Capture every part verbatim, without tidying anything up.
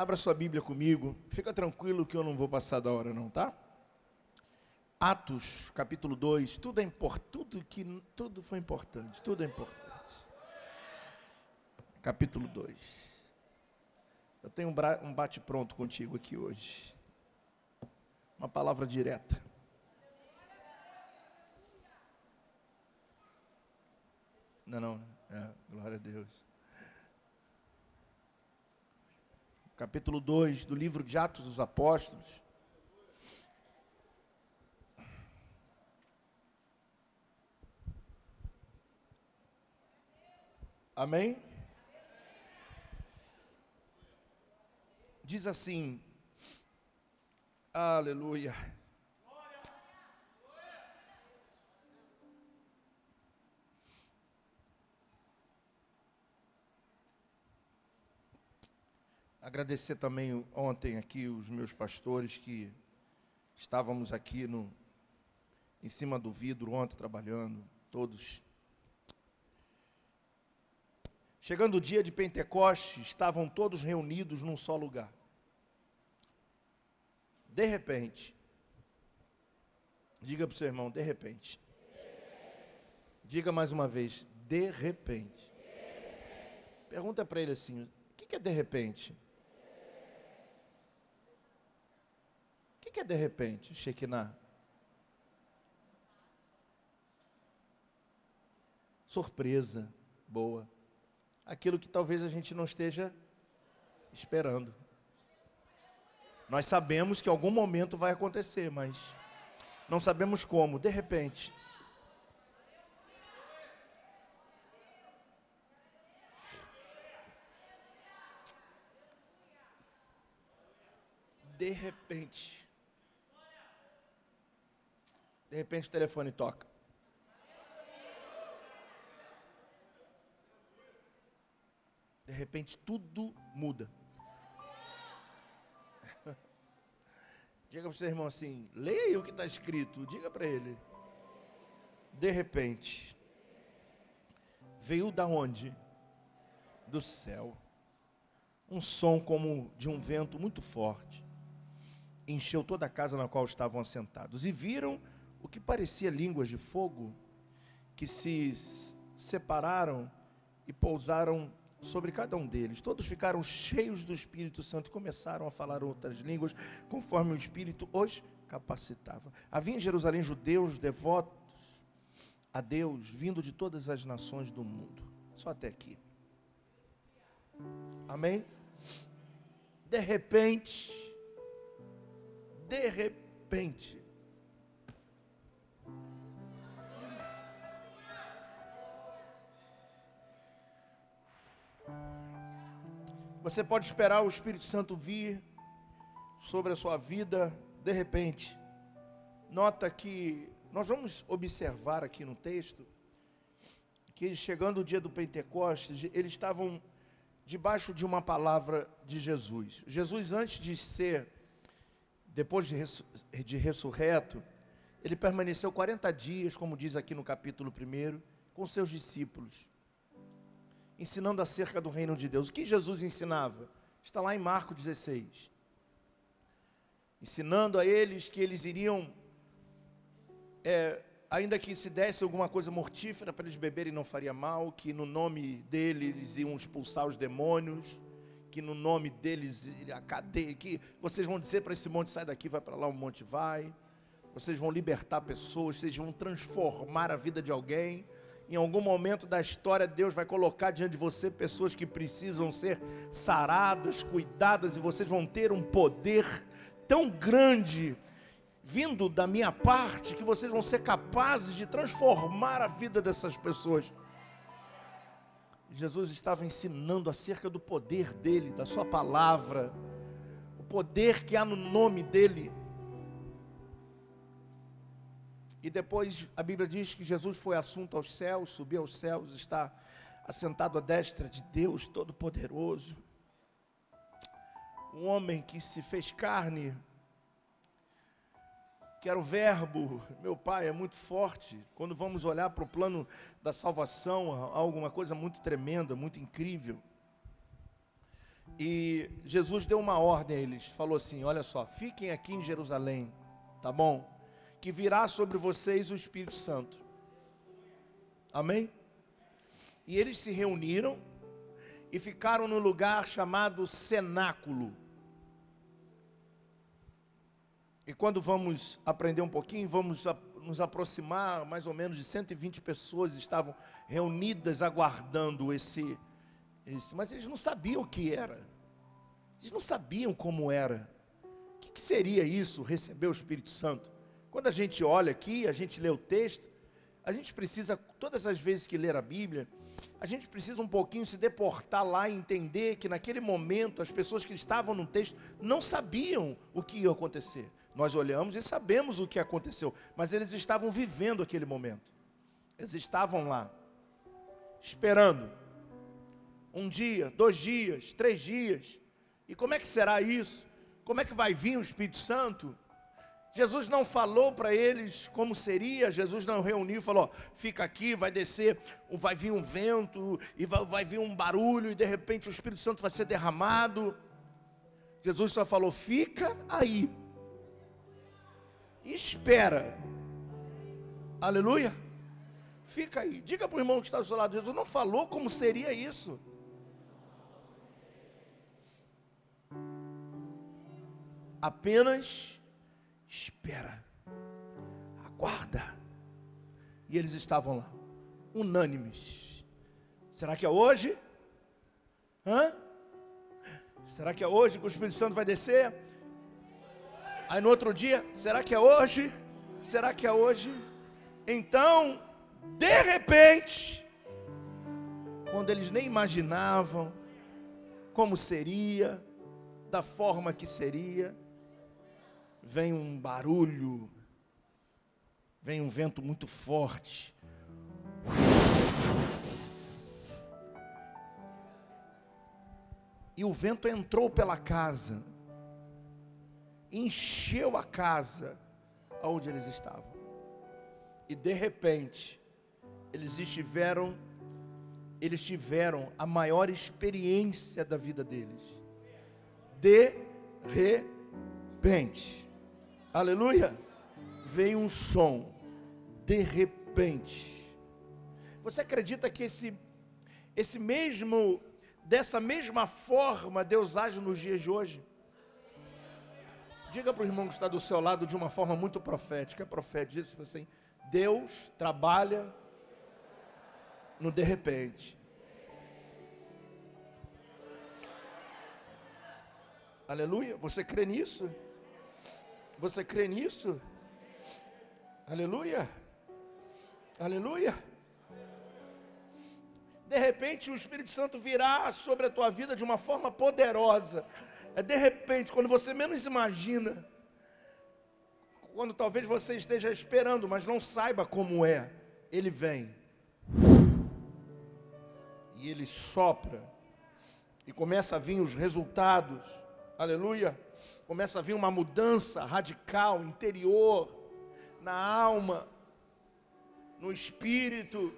Abra sua Bíblia comigo. Fica tranquilo que eu não vou passar da hora não, tá? Atos, capítulo dois. Tudo é importante, tudo, que, tudo foi importante, tudo é importante. Capítulo dois. Eu tenho um bate-pronto contigo aqui hoje. Uma palavra direta. Não, não. É, glória a Deus. Capítulo dois do livro de Atos dos Apóstolos. Amém? Diz assim, aleluia. Agradecer também ontem aqui os meus pastores que estávamos aqui no, em cima do vidro ontem trabalhando, todos. Chegando o dia de Pentecostes, estavam todos reunidos num só lugar. De repente, diga para o seu irmão, de repente. Diga mais uma vez, de repente. Pergunta para ele assim, o que é de repente? O que é de repente, Shekinah? Surpresa, boa. Aquilo que talvez a gente não esteja esperando. Nós sabemos que em algum momento vai acontecer, mas não sabemos como, de repente. De repente. De repente o telefone toca. De repente tudo muda. Diga para o seu irmão assim, leia aí o que está escrito, diga para ele. De repente, veio da onde? Do céu. Um som como de um vento muito forte. Encheu toda a casa na qual estavam assentados. E viram o que parecia línguas de fogo, que se separaram e pousaram sobre cada um deles. Todos ficaram cheios do Espírito Santo e começaram a falar outras línguas, conforme o Espírito os capacitava. Havia em Jerusalém judeus devotos a Deus, vindo de todas as nações do mundo. Só até aqui. Amém? De repente, de repente, você pode esperar o Espírito Santo vir sobre a sua vida de repente. Nota que nós vamos observar aqui no texto que chegando o dia do Pentecostes, eles estavam debaixo de uma palavra de Jesus. Jesus, antes de ser, depois de, ressur de ressurreto, ele permaneceu quarenta dias, como diz aqui no capítulo primeiro, com seus discípulos, ensinando acerca do reino de Deus. O que Jesus ensinava? Está lá em Marcos dezesseis. Ensinando a eles que eles iriam, é, ainda que se desse alguma coisa mortífera para eles beberem não faria mal, que no nome dele eles iam expulsar os demônios, que no nome deles a cadeia, que vocês vão dizer para esse monte, sai daqui, vai para lá, o monte vai. Vocês vão libertar pessoas, vocês vão transformar a vida de alguém. Em algum momento da história, Deus vai colocar diante de você pessoas que precisam ser saradas, cuidadas, e vocês vão ter um poder tão grande, vindo da minha parte, que vocês vão ser capazes de transformar a vida dessas pessoas. Jesus estava ensinando acerca do poder dele, da sua palavra, o poder que há no nome dele. E depois a Bíblia diz que Jesus foi assunto aos céus, subiu aos céus, está assentado à destra de Deus Todo-Poderoso. Um homem que se fez carne, que era o verbo. Meu Pai, é muito forte. Quando vamos olhar para o plano da salvação, há alguma coisa muito tremenda, muito incrível. E Jesus deu uma ordem a eles, falou assim: olha só, fiquem aqui em Jerusalém, tá bom? Que virá sobre vocês o Espírito Santo. Amém? E eles se reuniram e ficaram no lugar chamado cenáculo. E quando vamos aprender um pouquinho, vamos nos aproximar, mais ou menos de cento e vinte pessoas estavam reunidas aguardando esse, esse, mas eles não sabiam o que era, eles não sabiam como era, o que, que seria isso, receber o Espírito Santo. Quando a gente olha aqui, a gente lê o texto, a gente precisa, todas as vezes que ler a Bíblia, a gente precisa um pouquinho se deportar lá e entender que naquele momento as pessoas que estavam no texto não sabiam o que ia acontecer. Nós olhamos e sabemos o que aconteceu, mas eles estavam vivendo aquele momento. Eles estavam lá, esperando. Um dia, dois dias, três dias. E como é que será isso? Como é que vai vir o Espírito Santo? Jesus não falou para eles como seria, Jesus não reuniu e falou: fica aqui, vai descer, vai vir um vento, e vai, vai vir um barulho, e de repente o Espírito Santo vai ser derramado. Jesus só falou: fica aí, espera. Aleluia. Fica aí, diga para o irmão que está do seu lado: Jesus não falou como seria isso. Apenas espera, aguarda. E eles estavam lá, unânimes. Será que é hoje? Hã? Será que é hoje que o Espírito Santo vai descer? Aí no outro dia, será que é hoje? Será que é hoje? Então, de repente, quando eles nem imaginavam como seria, da forma que seria, vem um barulho, vem um vento muito forte. E o vento entrou pela casa, encheu a casa onde eles estavam. E de repente, eles estiveram, eles tiveram a maior experiência da vida deles. De repente. Aleluia, veio um som, de repente. Você acredita que esse, esse mesmo, dessa mesma forma Deus age nos dias de hoje? Diga para o irmão que está do seu lado de uma forma muito profética, é profética, diz assim: Deus trabalha no de repente. Aleluia, você crê nisso? Você crê nisso? Aleluia. Aleluia. De repente o Espírito Santo virá sobre a tua vida de uma forma poderosa. É de repente, quando você menos imagina. Quando talvez você esteja esperando, mas não saiba como é. Ele vem. E ele sopra. E começa a vir os resultados. Aleluia. Começa a vir uma mudança radical, interior, na alma, no espírito.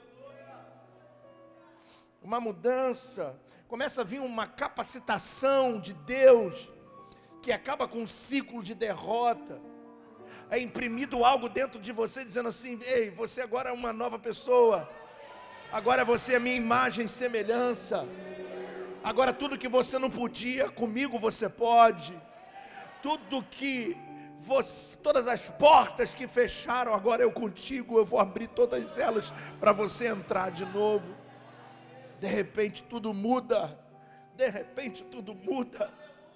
Uma mudança, começa a vir uma capacitação de Deus, que acaba com um ciclo de derrota. É imprimido algo dentro de você, dizendo assim: ei, você agora é uma nova pessoa. Agora você é minha imagem e semelhança. Agora tudo que você não podia, comigo você pode. Tudo que você, todas as portas que fecharam, agora eu contigo, eu vou abrir todas elas para você entrar de novo. De repente tudo muda. De repente tudo muda.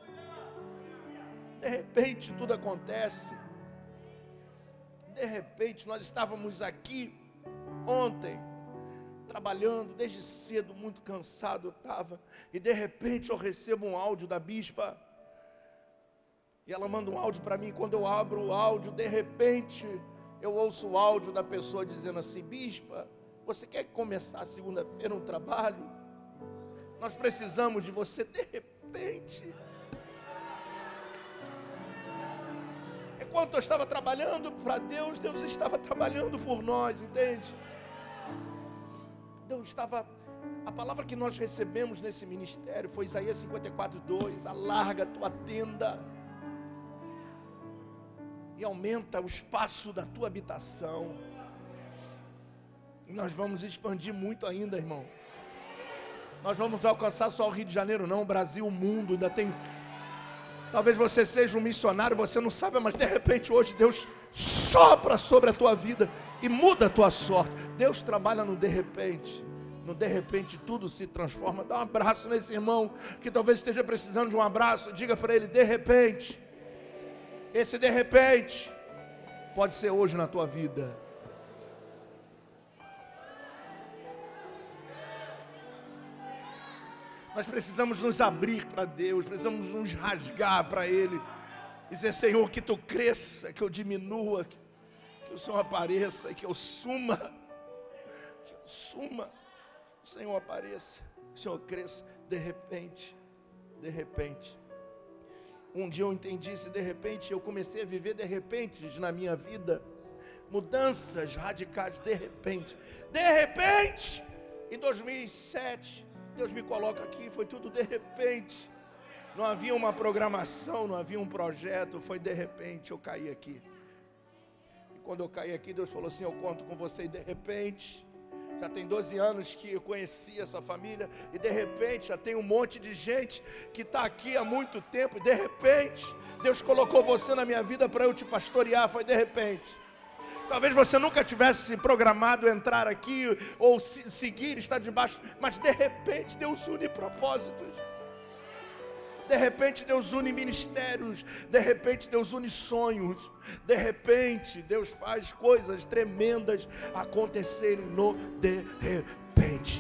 De repente tudo acontece. De repente nós estávamos aqui ontem, trabalhando desde cedo, muito cansado eu estava, e de repente eu recebo um áudio da bispa, e ela manda um áudio para mim. Quando eu abro o áudio, de repente eu ouço o áudio da pessoa dizendo assim: bispa, você quer começar segunda-feira um trabalho? Nós precisamos de você. De repente, enquanto eu estava trabalhando para Deus, Deus estava trabalhando por nós, entende? Deus estava A palavra que nós recebemos nesse ministério foi Isaías cinquenta e quatro, dois. Alarga a tua tenda e aumenta o espaço da tua habitação. E nós vamos expandir muito ainda, irmão. Nós vamos alcançar só o Rio de Janeiro, não, o Brasil, o mundo. Ainda tem. Talvez você seja um missionário, você não sabe, mas de repente hoje Deus sopra sobre a tua vida e muda a tua sorte. Deus trabalha no de repente. No de repente tudo se transforma. Dá um abraço nesse irmão que talvez esteja precisando de um abraço. Diga para ele, de repente. Esse de repente pode ser hoje na tua vida. Nós precisamos nos abrir para Deus, precisamos nos rasgar para Ele. Dizer, Senhor, que Tu cresça, que eu diminua, que, que o Senhor apareça, que eu suma, que eu suma, que o Senhor apareça, que o Senhor cresça. De repente, de repente. Um dia eu entendi isso, de repente eu comecei a viver de repente na minha vida. Mudanças radicais, de repente. De repente, em dois mil e sete... Deus me coloca aqui, foi tudo de repente. Não havia uma programação, não havia um projeto, foi de repente, eu caí aqui. E quando eu caí aqui, Deus falou assim, eu conto com você. E de repente, já tem doze anos que eu conheci essa família. E de repente, já tem um monte de gente que está aqui há muito tempo. E de repente, Deus colocou você na minha vida para eu te pastorear, foi de repente. Talvez você nunca tivesse programado entrar aqui ou se, seguir, estar debaixo, mas de repente Deus une propósitos. De repente Deus une ministérios, de repente Deus une sonhos, de repente Deus faz coisas tremendas acontecerem no de repente.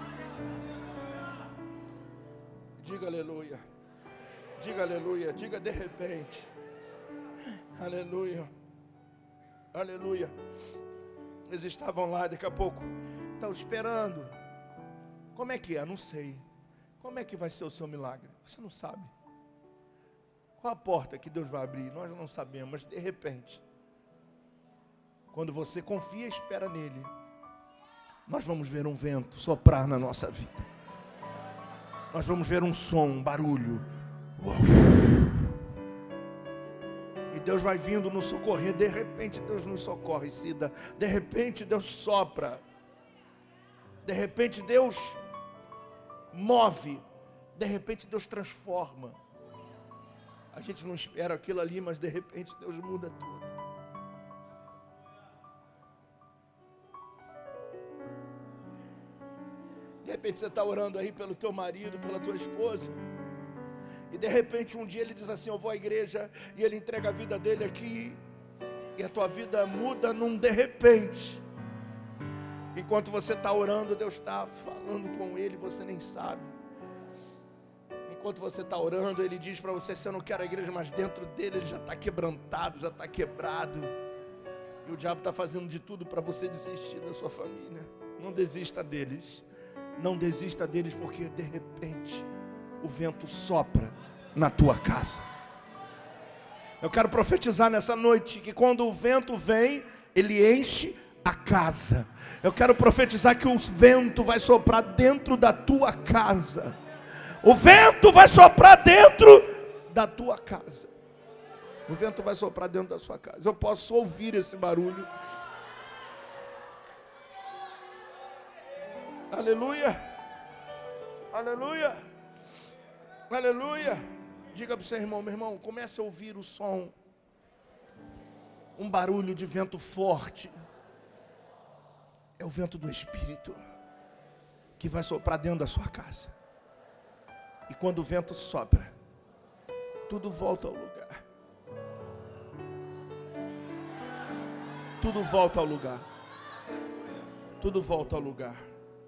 Diga aleluia, diga aleluia, diga de repente, aleluia. Aleluia. Eles estavam lá, daqui a pouco estavam esperando. Como é que é? Não sei. Como é que vai ser o seu milagre? Você não sabe. Qual a porta que Deus vai abrir? Nós não sabemos, mas de repente, quando você confia e espera nele, nós vamos ver um vento soprar na nossa vida. Nós vamos ver um som, um barulho. Uau. Deus vai vindo nos socorrer, de repente Deus nos socorre, Cida. De repente Deus sopra. De repente Deus move. De repente Deus transforma. A gente não espera aquilo ali, mas de repente Deus muda tudo. De repente você está orando aí pelo teu marido, pela tua esposa. E de repente um dia ele diz assim, eu vou à igreja, e ele entrega a vida dele aqui, e a tua vida muda num de repente. Enquanto você está orando, Deus está falando com ele, você nem sabe. Enquanto você está orando, ele diz para você, você não quer a igreja, mas dentro dele ele já está quebrantado, já está quebrado. E o diabo está fazendo de tudo para você desistir da sua família. Não desista deles, não desista deles, porque de repente o vento sopra na tua casa. Eu quero profetizar nessa noite que quando o vento vem, ele enche a casa. Eu quero profetizar que o vento vai soprar dentro da tua casa. O vento vai soprar dentro da tua casa. O vento vai soprar dentro da sua casa. Eu posso ouvir esse barulho. Aleluia. Aleluia. Aleluia. Diga para o seu irmão, meu irmão, comece a ouvir o som. Um barulho de vento forte. É o vento do Espírito que vai soprar dentro da sua casa. E quando o vento sopra, tudo volta ao lugar. Tudo volta ao lugar. Tudo volta ao lugar.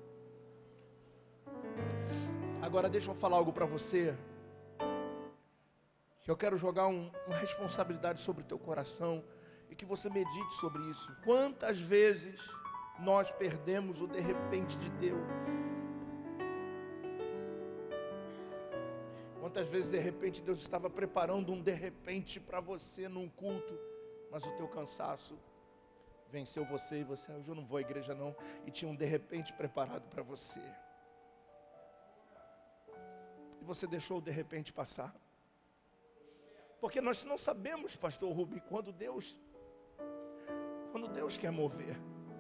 Agora deixa eu falar algo para você. Que eu quero jogar um, uma responsabilidade sobre o teu coração. E que você medite sobre isso. Quantas vezes nós perdemos o de repente de Deus? Quantas vezes de repente Deus estava preparando um de repente para você num culto, mas o teu cansaço venceu você e você, hoje eu não vou à igreja não, e tinha um de repente preparado para você. você deixou de repente passar. Porque nós não sabemos, pastor Rubem, quando Deus, quando Deus quer mover.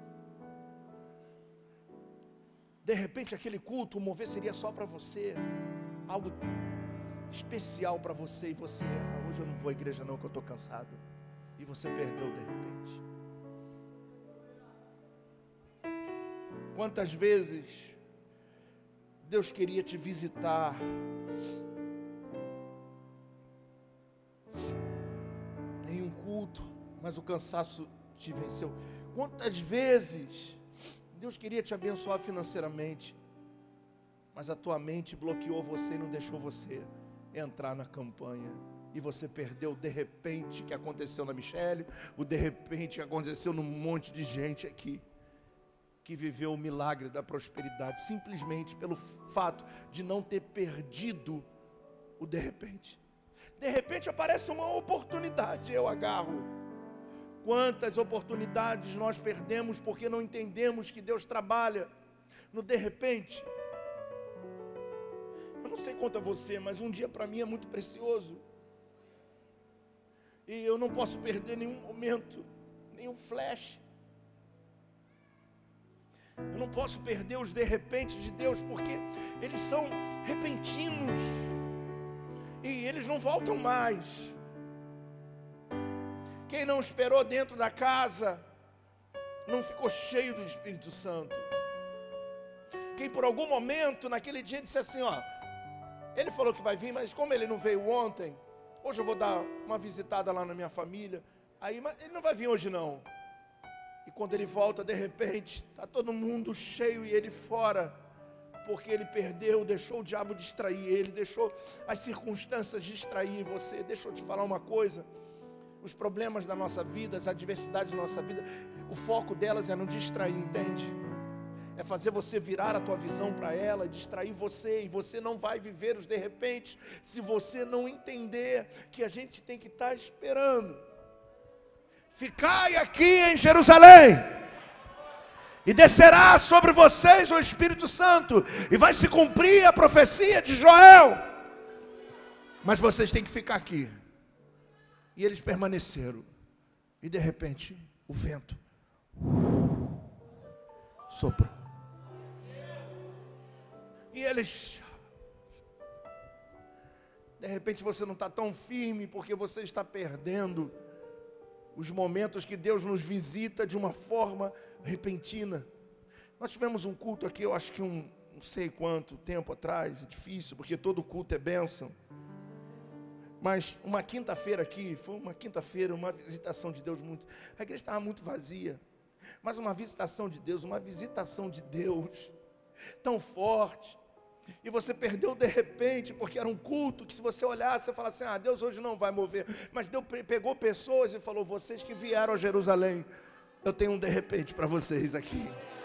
De repente aquele culto, o mover seria só para você, algo especial para você, e você, ah, hoje eu não vou à igreja não, que eu estou cansado. E você perdeu de repente. Quantas vezes Deus queria te visitar, em um culto, mas o cansaço te venceu. Quantas vezes Deus queria te abençoar financeiramente, mas a tua mente bloqueou você e não deixou você entrar na campanha. E você perdeu de repente que aconteceu na Michele, o de repente que aconteceu num monte de gente aqui, que viveu o milagre da prosperidade, simplesmente pelo fato de não ter perdido o de repente. De repente aparece uma oportunidade, eu agarro. Quantas oportunidades nós perdemos porque não entendemos que Deus trabalha no de repente. Eu não sei quanto a você, mas um dia para mim é muito precioso. E eu não posso perder nenhum momento, nenhum flash. Eu não posso perder os de repente de Deus, porque eles são repentinos. E eles não voltam mais. Quem não esperou dentro da casa, não ficou cheio do Espírito Santo. Quem por algum momento, naquele dia, disse assim, ó, ele falou que vai vir, mas como ele não veio ontem, hoje eu vou dar uma visitada lá na minha família, aí, mas ele não vai vir hoje não. E quando ele volta, de repente, está todo mundo cheio e ele fora, porque ele perdeu, deixou o diabo distrair ele, deixou as circunstâncias distrair você. Deixa eu te falar uma coisa, os problemas da nossa vida, as adversidades da nossa vida, o foco delas é não distrair, entende? É fazer você virar a tua visão para ela, distrair você, e você não vai viver os de repente, se você não entender que a gente tem que estar esperando. Ficai aqui em Jerusalém, e descerá sobre vocês o Espírito Santo, e vai se cumprir a profecia de Joel. Mas vocês têm que ficar aqui. E eles permaneceram. E de repente, o vento soprou. E eles... De repente você não está tão firme, porque você está perdendo os momentos que Deus nos visita de uma forma repentina. Nós tivemos um culto aqui, eu acho que um, não sei quanto tempo atrás, é difícil, porque todo culto é bênção. Mas uma quinta-feira aqui, foi uma quinta-feira, uma visitação de Deus muito... A igreja estava muito vazia, mas uma visitação de Deus, uma visitação de Deus tão forte. E você perdeu de repente, porque era um culto que se você olhasse, você falasse assim, ah, Deus hoje não vai mover. Mas Deus pegou pessoas e falou, vocês que vieram a Jerusalém, eu tenho um de repente para vocês aqui.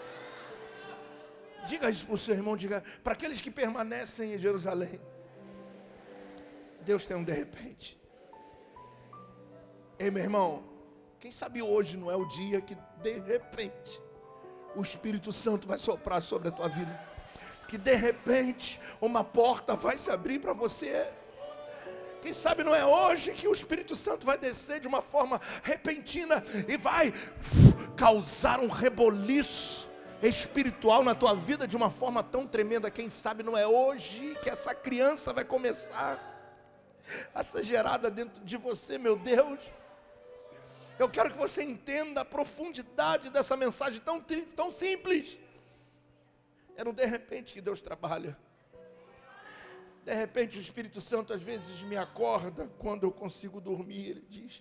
Diga isso para o seu irmão, diga, para aqueles que permanecem em Jerusalém, Deus tem um de repente. Ei, meu irmão, quem sabe hoje não é o dia que de repente o Espírito Santo vai soprar sobre a tua vida, que de repente uma porta vai se abrir para você. Quem sabe não é hoje que o Espírito Santo vai descer de uma forma repentina e vai causar um reboliço espiritual na tua vida de uma forma tão tremenda. Quem sabe não é hoje que essa criança vai começar a ser gerada dentro de você, meu Deus. Eu quero que você entenda a profundidade dessa mensagem tão, tão simples. É no de repente que Deus trabalha. De repente o Espírito Santo às vezes me acorda quando eu consigo dormir. Ele diz,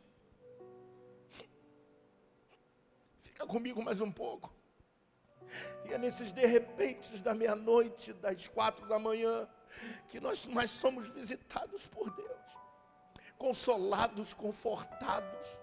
fica comigo mais um pouco. E é nesses de repentes da meia-noite, das quatro da manhã, que nós mais somos visitados por Deus, consolados, confortados.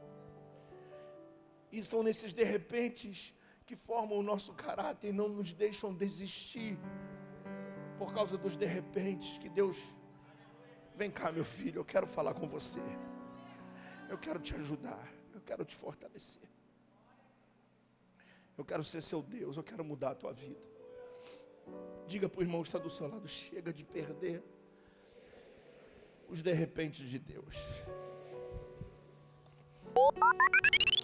E são nesses de repentes que formam o nosso caráter e não nos deixam desistir. Por causa dos de repentes que Deus... Vem cá, meu filho, eu quero falar com você. Eu quero te ajudar. Eu quero te fortalecer. Eu quero ser seu Deus. Eu quero mudar a tua vida. Diga para o irmão que está do seu lado, chega de perder os de repente de Deus.